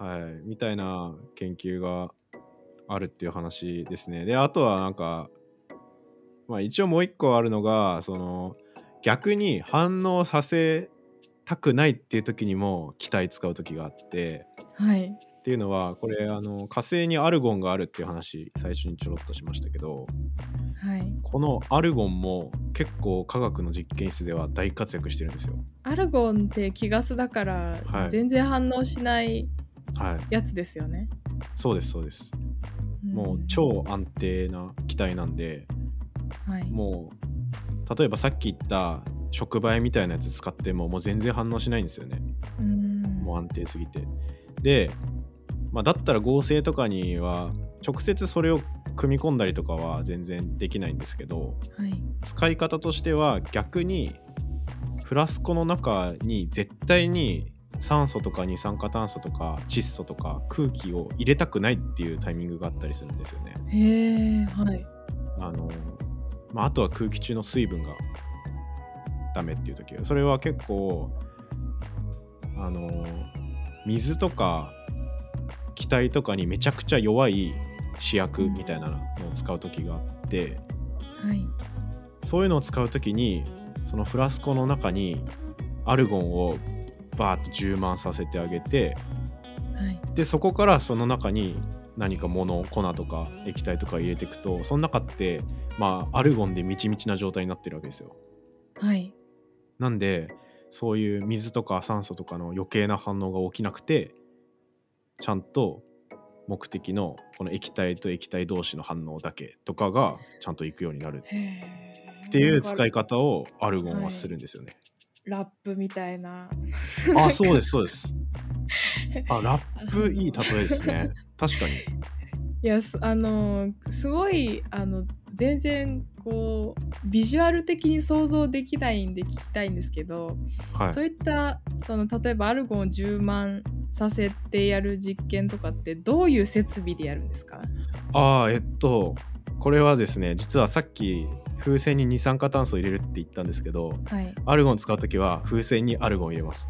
はい、みたいな研究があるっていう話ですね。であとはなんか、まあ、一応もう一個あるのがその逆に反応させたくないっていう時にも気体使う時があって、 はい。 っていうのはこれ火星にアルゴンがあるっていう話最初にちょろっとしましたけど、 はい。 このアルゴンも結構科学の実験室では大活躍してるんですよ。 アルゴンって気ガスだからはい全然反応しないはい、 やつですよね。 そうですそうです。 うもうん。 超安定な気体なんで、 はい。 もう例えばさっき言った触媒みたいなやつ使ってももう全然反応しないんですよね。 うん。 もう安定すぎて。で、まあ、だったら合成とかには直接それを組み込んだりとかは全然できないんですけど、 はい。 使い方としては逆にフラスコの中に絶対に酸素とか二酸化炭素とか窒素とか空気を入れたくないっていうタイミングがあったりするんですよね。 へえ、はい。 あのまあ、あとは空気中の水分がダメっていう時はそれは結構水とか気体とかにめちゃくちゃ弱い試薬みたいなのを使う時があって、 はい。 そういうのを使う時にそのフラスコの中にアルゴンをバーッと充満させてあげて、 はい。 でそこからその中に何か粉とか液体とか入れていくと、その中ってまあアルゴンでみちみちな状態になってるわけですよ。 はい。 なんでそういう水とか酸素とかの余計な反応が起きなくて、ちゃんと目的のこの液体と液体同士の反応だけとかがちゃんといくようになるへってえ、なんか、 いう使い方をアルゴンはすはい。 るんですよね。 ラップみたいな、 あ、 なんかそうですそうです。あ、ラップいい例えですね。確かに。 いや、すごい、全然こう、ビジュアル的に想像できないんで聞きたいんですけど、 はい。 そういった、例えばアルゴンを充満させてやる実験とかってどういう設備でやるんですか？ ああ、これはですね、実はさっき風船に二酸化炭素を入れるって言ったんですけど、 はい。 アルゴン使うときは風船にアルゴンを入れます。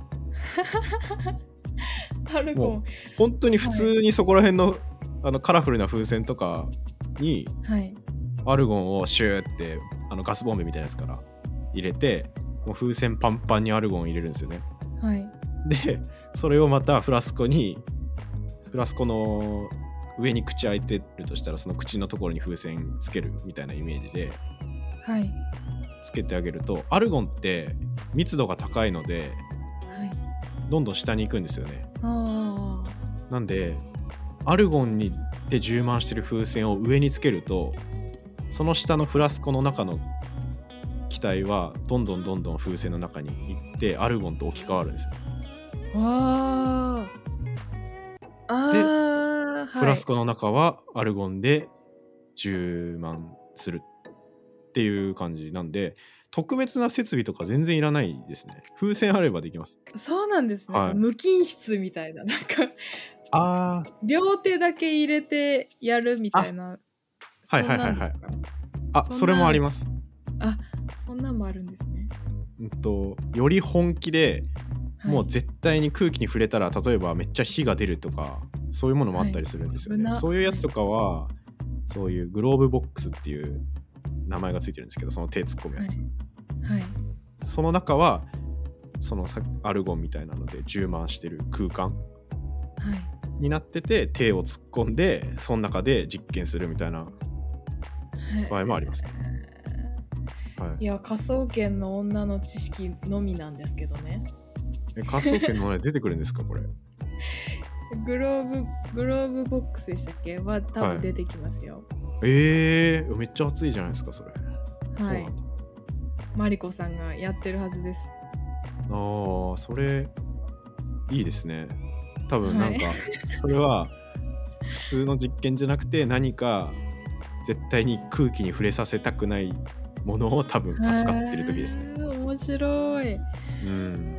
アルゴン、 もう本当に普はい、 通にそこら辺のカラフルな風船とかにはい、 アルゴンをシューってガスボンベみたいなやつから入れて、もう風船パンパンにアルゴンを入れるんですよね。 はい、 でそれをまたフラスコの上に口開いてるとしたらその口のところに風船つけるみたいなイメージではい、 つけてあげると、アルゴンって密度が高いのではい。 どんどん下に行くんですよね。 あなんでアルゴンで充満してる風船を上につけると、その下のフラスコの中の気体はどんどん風船の中に行ってアルゴンと置き換わるんですよ。 あ、わあ、 でああ、はい。 フラスコの中はアルゴンで充満するっていう感じなんで、特別な設備とか全然いらないですね。風船あればできます。 そうなんですね。なんかはい。 無菌室みたいな、なんかあー、 両手だけ入れてやるみたいあ、 な、 はいそんはいはいはい。 なんですか？ あ、それもあそんなります。 あ、そんなんもあるんですね。 より本気ではい。 もう絶対に空気に触れたら例えばめっちゃ火が出るとかそういうものもあはい。 ったりするんですよね。 危な、はい。 そういうやつとかはそういうグローブボックスっていう名前がついてるんですけど、その手突っ込むやはい。 つ、 はい。 その中はそのアルゴンみたいなので充満してる空間はい。 になってて、手を突っ込んでその中で実験するみたいな場合もありますね。はい。 いや、科捜研の女の知識のみなんですけどね。 科捜研の名前出てくるんですかこれ？ グローブグローブボックスでしたっけ？は、多はい。 分出てきますよ。 めっちゃ熱いじゃないですかそれ。そはい。 うなんだ。 マリコさんがやってるはずです。 ああ、それいいですね。多分なはい。 んかそれは普通の実験じゃなくて、何か絶対に空気に触れさせたくないものを多分へ扱ってる時ですね。 え、面白い。 うん。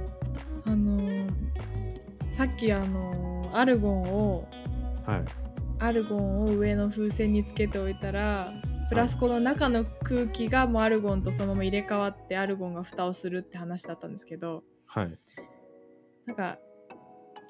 あのさっきアルゴンをはい。 上の風船につけておいたら、フはい。 ラスコの中の空気がもうアルゴンとそのまま入れ替わってアルゴンが蓋をするって話だったんですけど、 はい。 なんか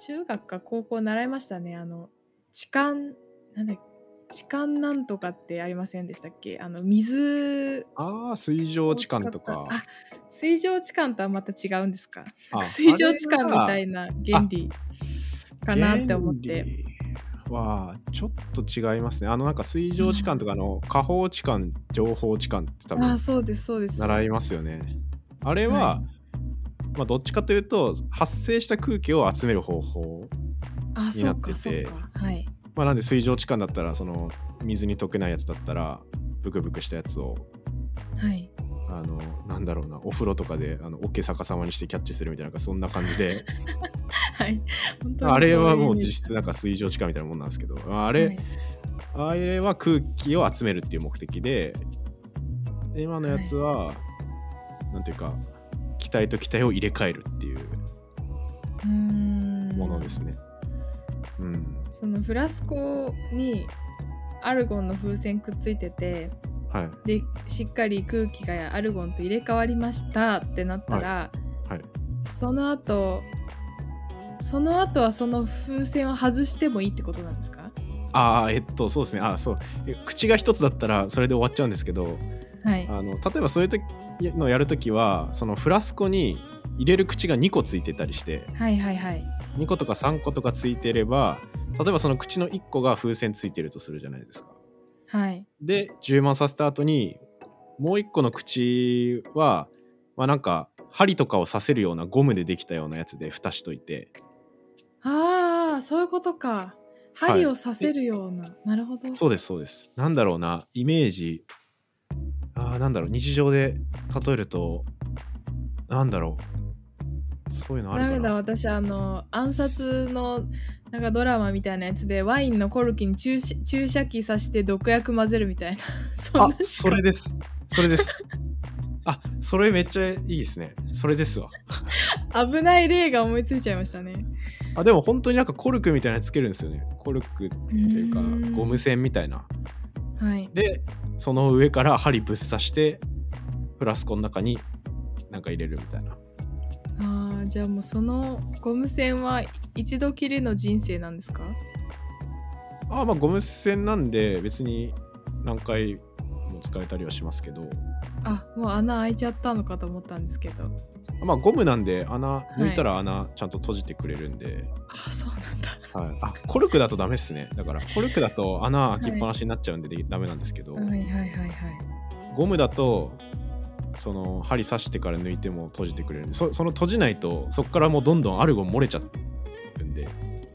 中学か高校習いましたね。痴漢、なんだっけ、痴漢なんとかってありませんでしたっけ？水水上を痴使った、 漢とか。 水上痴漢とはまた違うんですか？なんか水あれ上痴漢みたは、 いな原あ、 理かなっ原て思って。 理はちょっと違いますね。なんか水う上痴漢とん。 か下方痴漢、情報痴漢って多分そうですそうです。 習いますよね。あれはい。 は、どっちかというと、発生した空気を集める方法になっそうかてて、 そうか。はい。 なんで水上痴漢だったら、水に溶けないやつだったら、ブクブクしたやつを、 はい。 なんだろうな、お風呂とかで桶逆さまにしてキャッチするみたいな、なんかそんな感じで、 はい。本当あれにそうはもう実いうイメージだ。 質なんか水上痴漢みたいなもんなんですけど、 はい。 あれは空気を集めるっていう目的で、今のやはい。 つは、なんていうか、気体と気体を入れ替えるっていううーものですん。 ね。うん。 そのフラスコにアルゴンの風船くっついてて、 はい。 でしっかり空気がアルゴンと入れ替わりましたってなったはい。 ら、 はい。 その後はその風船を外してもいいってことなんですか？ そうですね。そう。口が一つだったらそれで終わっちゃうんですけど、 はい。 例えばそういう時のやるときは、そのフラスコに入れる口が2個ついてたりして、 はいはいはい。 2個とか3個とかついてれば、例えばその口の1個が風船ついてるとするじゃないですか。 はい。 で、充満させた後に、もう1個の口は、なんか針とかを刺せるようなゴムでできたようなやつで蓋しといて、 そういうことか。 はい。 針を刺せるような。なるほど。 そうですそうです。なんだろうな、イメージ、なんだろう、日常で例えると、なんだろう、そういうのあるダメだ、 かな。 私暗殺のなんかドラマみたいなやつでワインのコルキに注射器刺して毒薬混ぜるみたいなそんなしか。 それです。それです。それめっちゃいいですね。それですわ。 危ない例が思いついちゃいましたね。 でも本当になんかコルクみたいなのつけるんですよね。コルクうというかゴムーん。 線みたいな。 はい。 で、その上から針ぶっ刺してフラスコの中になんか入れるみたいな。 じゃあもうそのゴム線は一度きりの人生なんですか？ ゴム線なんで別に何回も使えたりはしますけど、 もう穴開いちゃったのかと思ったんですけど。 ゴムなんで抜いたはい。 ら穴ちゃんと閉じてくれるんで、 そうなんだ。 はい。コルクだとダメっすね。だからコルクだと穴開きっはい。 ぱなしになっちゃうんでダメなんですけど、 はいはいはいはい。 ゴムだとその針刺してから抜いても閉じてくれるんで、その閉じないとそこからもうどんどんアルゴン漏れちゃうんで、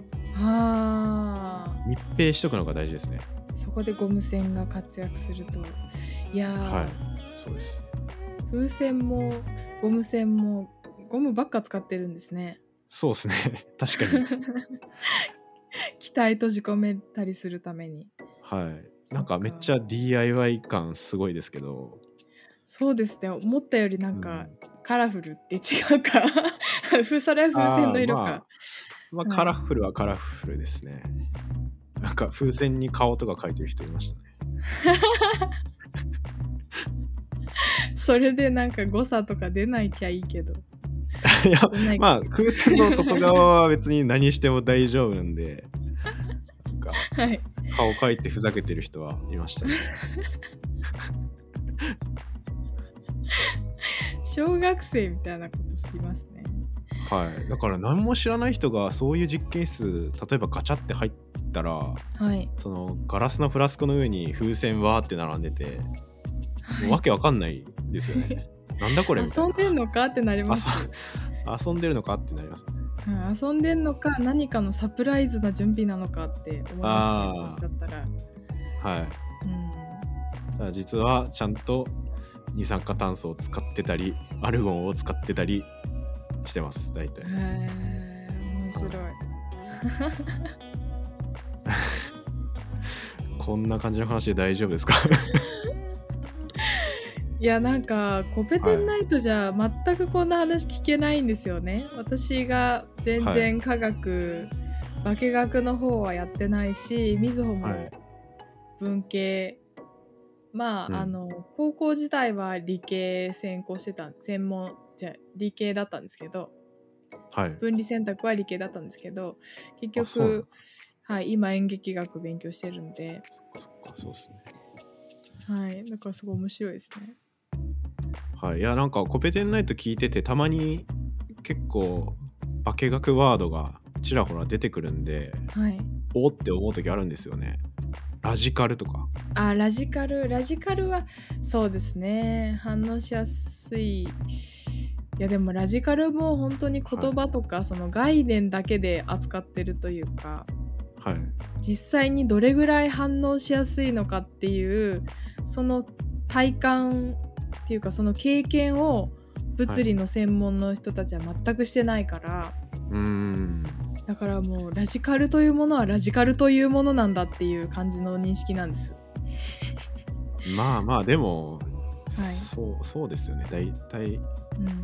密閉しとくのが大事ですね。 そこでゴム線が活躍すると。いやはい、そうです。 風船もゴム線もゴムばっか使ってるんですね。 そうですね。確かに。 機体閉じ込めたりするために。 はい。なんそっか。 かめっちゃ DIY 感すごいですけど、 そうですね。思ったよりなんかうん、 カラフルって違うか。それは風船の色か。 カラはい。 フルはカラフルですね。なんか風船に顔とか描いてる人いましたね。 それでなんか誤差とか出ないきゃいいけど。 いや、 出ないか。 風船の外側は別に何しても大丈夫なんで、なんかはい。 顔描いてふざけてる人はいましたね。 小学生みたいなことしますね。 はい。だから何も知らない人がそういう実験室、例えばガチャって入ったら、 はい。 そのガラスのフラスコの上に風船わーって並んでて、もうわけわかんないですよね。なんだこれみたいな。 遊んでんのかってなります。 遊んでるのかってなりますね。 遊んでんのか何かのサプライズな準備なのかって思いますね、私だったら。 はい。ただ実はちゃんと二酸化炭素を使ってたり、アルゴンを使ってたりしてます、大体。 面白い。 こんな感じの話で大丈夫ですか？ いやなんかコペテンナイトじゃ全くこんな話聞けないんですよね。私が全はい。 然化学、化学の方はやってないし、みずほもはい。 文系、高校時代は理系専攻してた、理系だったんですけど、 はい。 分離選択は理系だったんですけど、結あ、そうなんだ。 局、はい、今演劇学勉強してるんで、 そっかそっか、そうですね。 はい、だからすごい面白いですね。 はい。いや、なんかコペテンナイト聞いてて、たまに結構化学ワードがちらほら出てくるんで、 はい。 おって思う時あるんですよね。ラジカルとか。 ラジカルはそうですね、反応しやすい。いやでもラジカルも本当に言葉とかその概念だけで扱ってるというか、 はい。 実際にどれぐらい反応しやすいのかっていうその体感っていうかその経験を物理の専門の人たちは全くしてないから、だからもうラジカルというものはラジカルというものなんだっていう感じの認識なんです。 まあまあ、でも、 はい、 そうですよね。大体うん、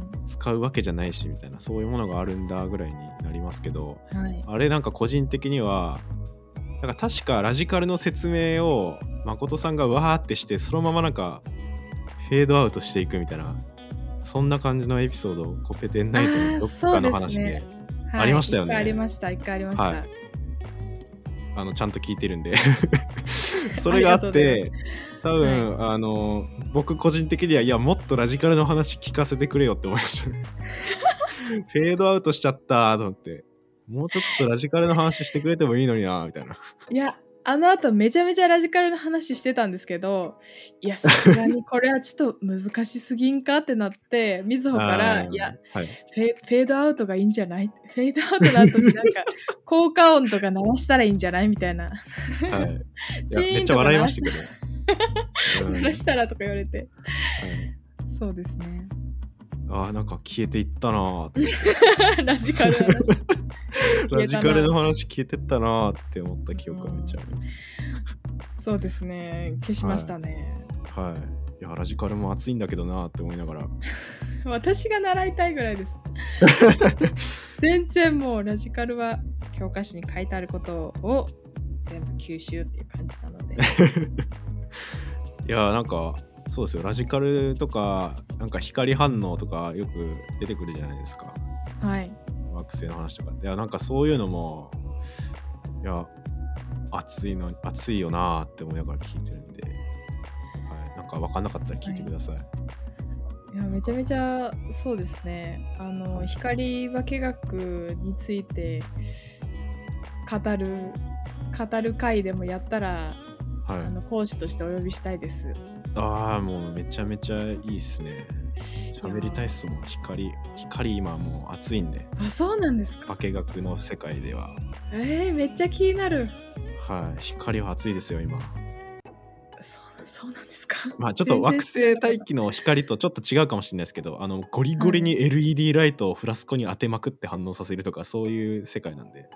使うわけじゃないしみたいな、そういうものがあるんだぐらいになりますけど、 はい、 あれなんか個人的には、なんか確かラジカルの説明を誠さんがわーってして、そのままなんかフェードアウトしていくみたいな、そんな感じのエピソード、コペテンナイトのどっかの話でありましたよね。 一回ありました。 はい。ちゃんと聞いてるんでそれがあって多分、はい、僕個人的にはいやもっとラジカルの話聞かせてくれよって思いましたねフェードアウトしちゃったと思って、もうちょっとラジカルの話してくれてもいいのになみたいな。 いや、あの後めちゃめちゃラジカルの話してたんですけど、いやさすがにこれはちょっと難しすぎんかってなってみずほからいや、 はい、 フェードアウトがいいんじゃない、フェードアウトの後になんか効果音とか鳴らしたらいいんじゃないみたいな、 はい、 チーンめっちゃ笑いましたけど鳴らしたらとか言われて、 はい、 そうですね。 なんか消えていったなーラジカルの話ラジカルの話消えてったなーって思った記憶がめっちゃあります。 そうですね、消しましたね。 はい、いやラジカルも熱いんだけどなーって思いながら私が習いたいぐらいです全然もうラジカルは教科書に書いてあることを全部吸収っていう感じなのでいやなんかそうですよ、ラジカルとかなんか光反応とかよく出てくるじゃないですか。 はい。 惑星の話とか。いやなんかそういうのもいや熱いよなーって思いながら聞いてるんで、はい、なんか分かんなかったら聞いてください。 いやめちゃめちゃそうですね。光化学について語る回でもやったら、はい、講師としてお呼びしたいです。 もうめちゃめちゃいいっすね。喋りたいっすもん。光今もう熱いんで。 そうなんですか。 化学の世界では。 めっちゃ気になる。 はい、光は熱いですよ今。 そうなんですか。 まあちょっと惑星大気の光とちょっと違うかもしれないですけど、ゴリゴリに LED ライトをフラスコに当てまくって反応させるとかそういう世界なんで。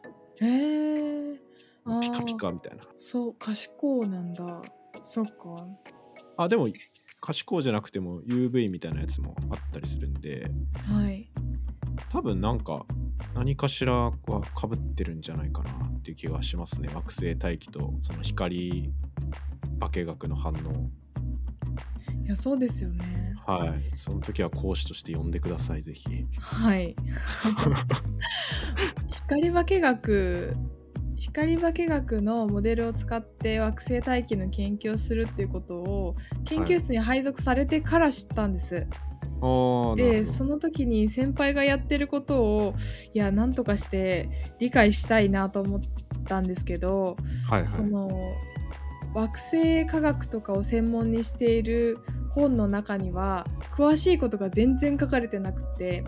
ピカピカみたいな。 そう可視光なんだ。そっか。 でも可視光じゃなくても UV みたいなやつもあったりするんで、 はい。 多分なんか何かしらは被ってるんじゃないかなっていう気がしますね。惑星大気とその光化学の反応。 いやそうですよね。 はい。その時は講師として呼んでくださいぜひ。 はい。光化学のモデルを使って惑星大気の研究をするっていうことを研究室に配属されてから知ったんです。でその時に先輩がやってることをなんとかして理解したいなと思ったんですけど、その惑星科学とかを専門にしている本の中には詳しいことが全然書かれてなくて、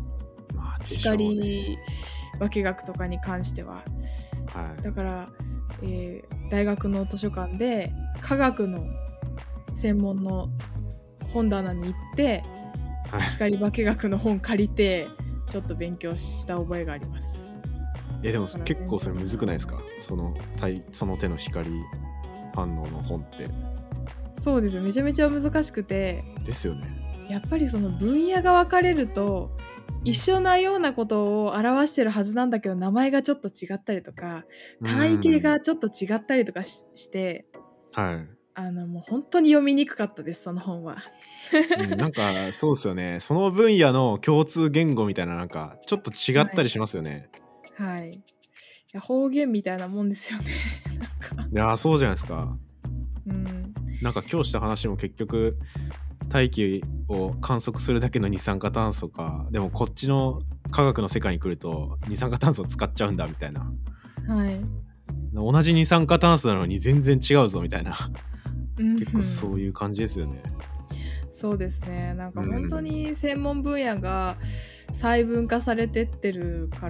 光化学とかに関しては、だから、大学の図書館で科学の専門の本棚に行って、光化学の本借りてちょっと勉強した覚えがあります。 でも結構それむずくないですか？その手の光反応の本って。 そうですよ、めちゃめちゃ難しくて。 ですよね。 やっぱりその分野が分かれると一緒なようなことを表してるはずなんだけど名前がちょっと違ったりとか単位系がちょっと違ったりとかして、 もう本当に読みにくかったです、その本は。 なんかそうですよね。その分野の共通言語みたいな、なんかちょっと違ったりしますよね。 はい。いや方言みたいなもんですよね。なんか。 いやそうじゃないですか。 うんなんか今日した話も結局大気を観測するだけの二酸化炭素か、でもこっちの科学の世界に来ると二酸化炭素を使っちゃうんだみたいな。 はい。 同じ二酸化炭素なのに全然違うぞみたいな。 うん結構そういう感じですよね。 そうですね。なんか本当に専門分野が細分化されてってるから、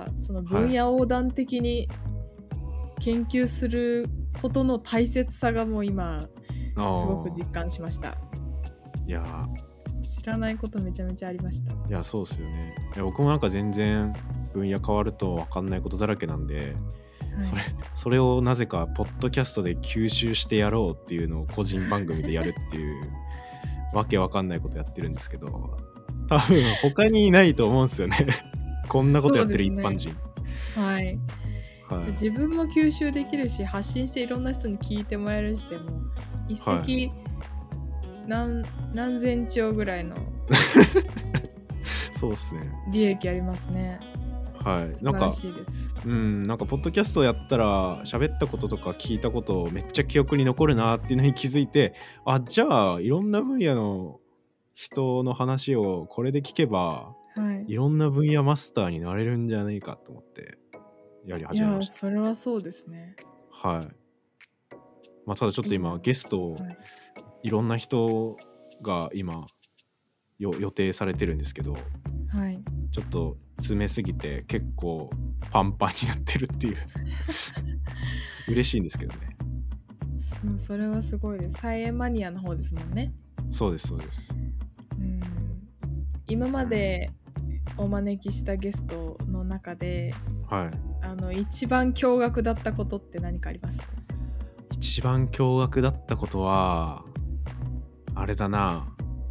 その分野横断的に研究することの大切さがもう今すごく実感しました。 いや知らないことめちゃめちゃありました。 いやそうですよね。いや僕もなんか全然分野変わると分かんないことだらけなんで、 はい、 それをなぜかポッドキャストで吸収してやろうっていうのを個人番組でやるっていうわけわかんないことやってるんですけど、多分他にいないと思うんですよね。こんなことやってる一般人。 はい、 はい、 自分も吸収できるし、発信していろんな人に聞いてもらえるしでも一石、はい、何千兆ぐらいのそうっすね。 利益ありますね。 はい、 素晴らしいです。 なんかポッドキャストやったら喋ったこととか聞いたことめっちゃ記憶に残るなっていうのに気づいて、あ、じゃあいろんな分野の人の話をこれで聞けば、はい、いろんな分野マスターになれるんじゃないかと思ってやり始めました。 いやそれはそうですね。 はい。まあただちょっと今ゲストをいろんな人が今予定されてるんですけど、はい、ちょっと詰めすぎて結構パンパンになってるっていう嬉しいんですけどね。 それはすごいです。サイエンマニアの方ですもんね。 そうですそうです。 今までお招きしたゲストの中で、はい、一番驚愕だったことって何かあります？ 一番驚愕だったことはあれだな。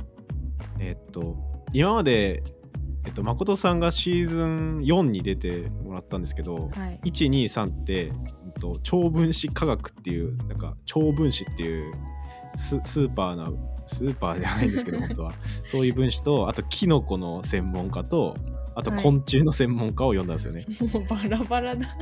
今まで誠さんがシーズン4に出てもらったんですけど、はい、123って、超分子科学っていうなんか超分子っていうスーパーじゃないんですけど本当はそういう分子と、あとキノコの専門家と、あと昆虫の専門家を呼んだんですよね。 もうバラバラだ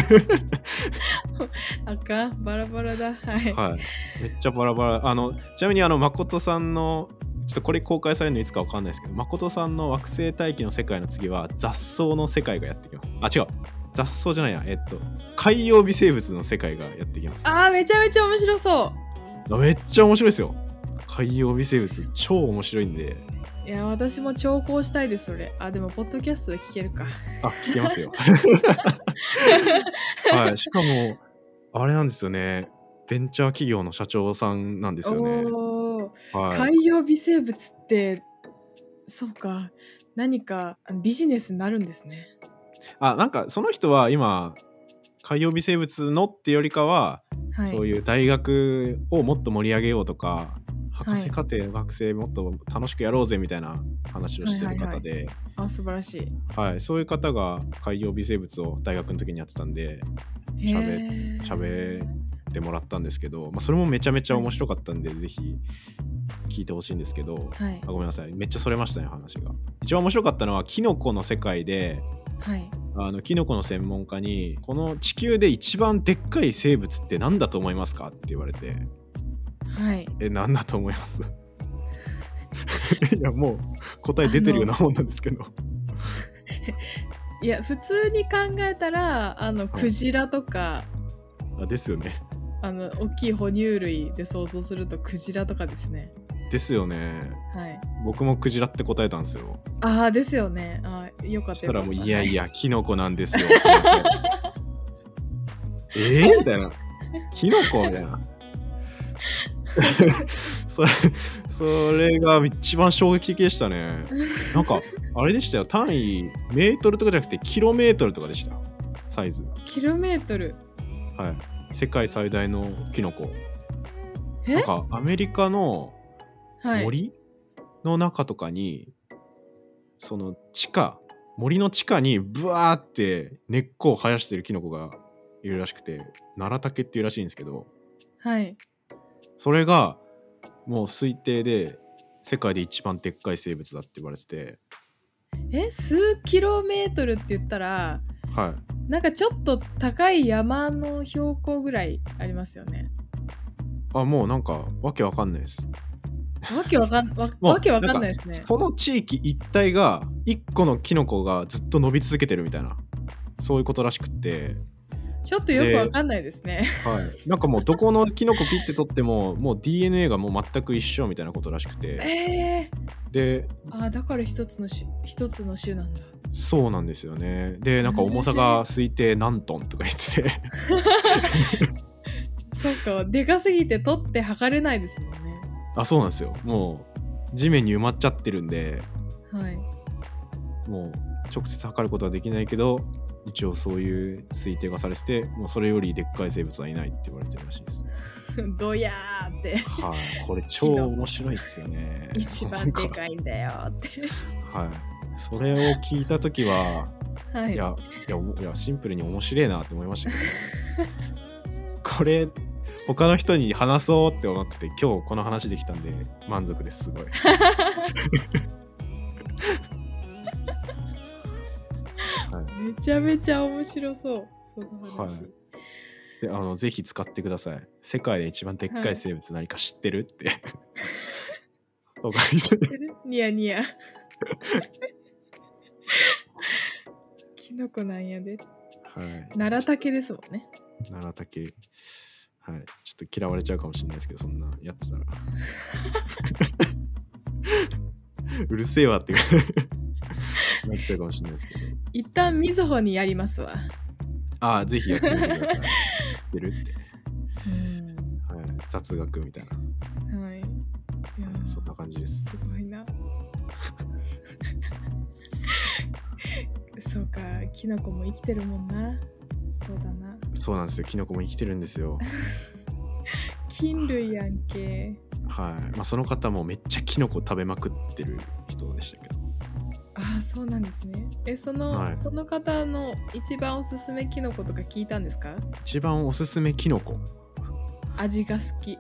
あかん、バラバラだ。はい、 はい、めっちゃバラバラ。ちなみに誠さんのちょっとこれ公開されるのいつか分かんないですけど、誠さんの惑星大気の世界の次は雑草の世界がやってきます。あ、違う、雑草じゃないや、海洋微生物の世界がやってきます。 めちゃめちゃ面白そう。 めっちゃ面白いですよ。海洋微生物超面白いんで。 いや私も聴講したいですそれ。でもポッドキャストで聞けるか。 聞けますよ。はい、しかもあれなんですよね。ベンチャー企業の社長さんなんですよね。 はい、海洋微生物ってそうか、何かビジネスになるんですね。 なんかその人は今海洋微生物のってよりかは、はい、そういう大学をもっと盛り上げようとか、博士課程の学生もっと楽しくやろうぜみたいな話をしてる方で、 素晴らしい。 はい、そういう方が海洋微生物を大学の時にやってたんで喋ってもらったんですけど、それもめちゃめちゃ面白かったんで、ぜひ聞いてほしいんですけど、はい、ごめんなさい、めっちゃそれましたね話が。一番面白かったのはキノコの世界で、はい、キノコの専門家にこの地球で一番でっかい生物って何だと思いますかって言われて、はい、何だと思いますいやもう答え出てるようなもんなんですけどいや普通に考えたらクジラとか、 ですよね。 大きい哺乳類で想像するとクジラとかですね。 ですよね。はい。僕もクジラって答えたんですよ。 ですよね。よかった。そしたらもういやいやキノコなんですよ。みたいな。キノコみたいな。それが一番衝撃的でしたね。なんかあれでしたよ。単位メートルとかじゃなくてキロメートルとかでした。サイズ。 キロメートル。 はい。世界最大のキノコ。なんかアメリカの森の中とかに、その森の地下にブワーって根っこを生やしてるキノコがいるらしくて、ナラタケっていうらしいんですけど、はい。 それがもう推定で世界で一番でっかい生物だって言われてて、 数キロメートルって言ったら、 はい、 なんかちょっと高い山の標高ぐらいありますよね。 もうなんかわけわかんないです。 わけわかんないですね。 その地域一帯が一個のキノコがずっと伸び続けてるみたいな、そういうことらしくって、 ちょっとよくわかんないですね。 はい、なんかもうどこのキノコ切って取ってももう DNA がもう全く一緒みたいなことらしくて、で、 だから一つの種なんだ。 そうなんですよね。で、なんか重さが推定何トンとか言っててそうか、でかすぎて取って測れないですもんね。 そうなんですよ。もう地面に埋まっちゃってるんで、 はい、 もう直接測ることはできないけど、一応そういう推定がされてて、もうそれよりでっかい生物はいないって言われてるらしいです。 どやーって。 はい、これ超面白いっすよね。 一番でかいんだよって。 はい、それを聞いたときは、 はい、 いやシンプルに面白いなって思いましたけどこれ他の人に話そうって思ってて、今日この話できたんで満足です。すごいはい、 めちゃめちゃ面白そう、その話。 はい、ぜひ使ってください。世界で一番でっかい生物何か知ってるって、 知ってる？ニヤニヤキノコなんやで。 はい。 奈良竹ですもんね。 奈良竹。はい。ちょっと嫌われちゃうかもしれないですけど、そんなやってたら。うるせえわってなっちゃうかもしれないですけど。 一旦みずほにやりますわ。 ぜひやってみてください。やってるって。はい。雑学みたいな。 はい。 そんな感じです。 すごいな。そうか、キノコも生きてるもんな。そうだな。 そうなんですよ。キノコも生きてるんですよ。 菌類やんけ。 はい。その方もめっちゃキノコ食べまくってる人でしたけど。 そうなんですね。その方の一番おすすめキノコとか聞いたんですか？ 一番おすすめキノコ。 味が好き。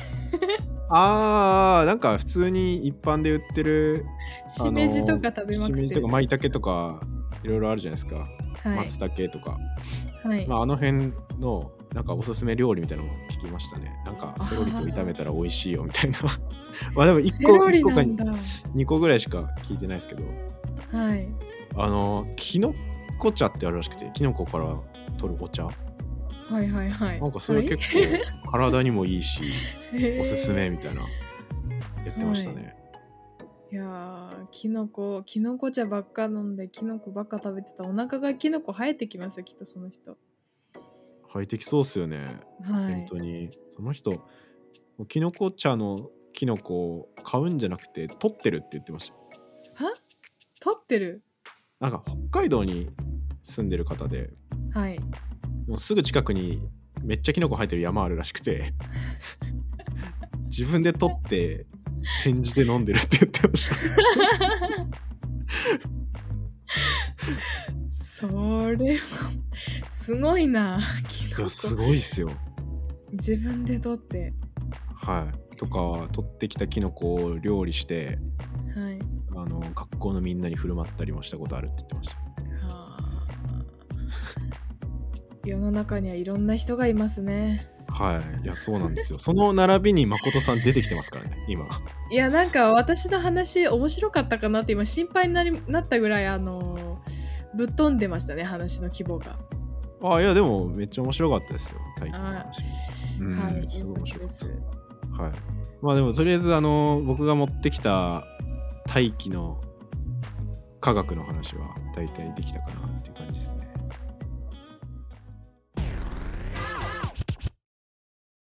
なんか普通に一般で売ってるしめじとか食べまくってる。 しめじとか舞茸とかいろいろあるじゃないですか。 はい、松茸とか。 はい。 あの辺のなんかおすすめ料理みたいなのを聞きましたね。なんかセロリと炒めたら美味しいよみたいな。でも1個か2個ぐらいしか聞いてないですけど。 はい。 キノコ茶ってあるらしくて、キノコから取るお茶。 はいはいはい。 なんかそれ結構体にもいいし、おすすめみたいな言ってましたね。 いやキノコ茶ばっか飲んでキノコばっか食べてたお腹がキノコ生えてきますよ、きっとその人。 生えてきそうっすよね。はい。本当にその人キノコ茶のキノコを買うんじゃなくて取ってるって言ってました。 は？取ってる？ なんか北海道に住んでる方で、 はい。 もうすぐ近くにめっちゃキノコ生えてる山あるらしくて自分で取って煎じで飲んでるって言ってましたそれはすごいな。 いやすごいっすよ。 自分で取って、 はいとか取ってきたキノコを料理して、 はい、 学校のみんなに振る舞ったりもしたことあるって言ってました。 世の中にはいろんな人がいますね。 はい、いやそうなんですよ。その並びに誠さん出てきてますからね今。 いやなんか私の話面白かったかなって今心配になったぐらいぶっ飛んでましたね、話の規模が。 いやでもめっちゃ面白かったですよ、大気の話。 はい、 すごい面白かった。はい。でもとりあえず僕が持ってきた大気の科学の話は大体できたかなっていう感じですね。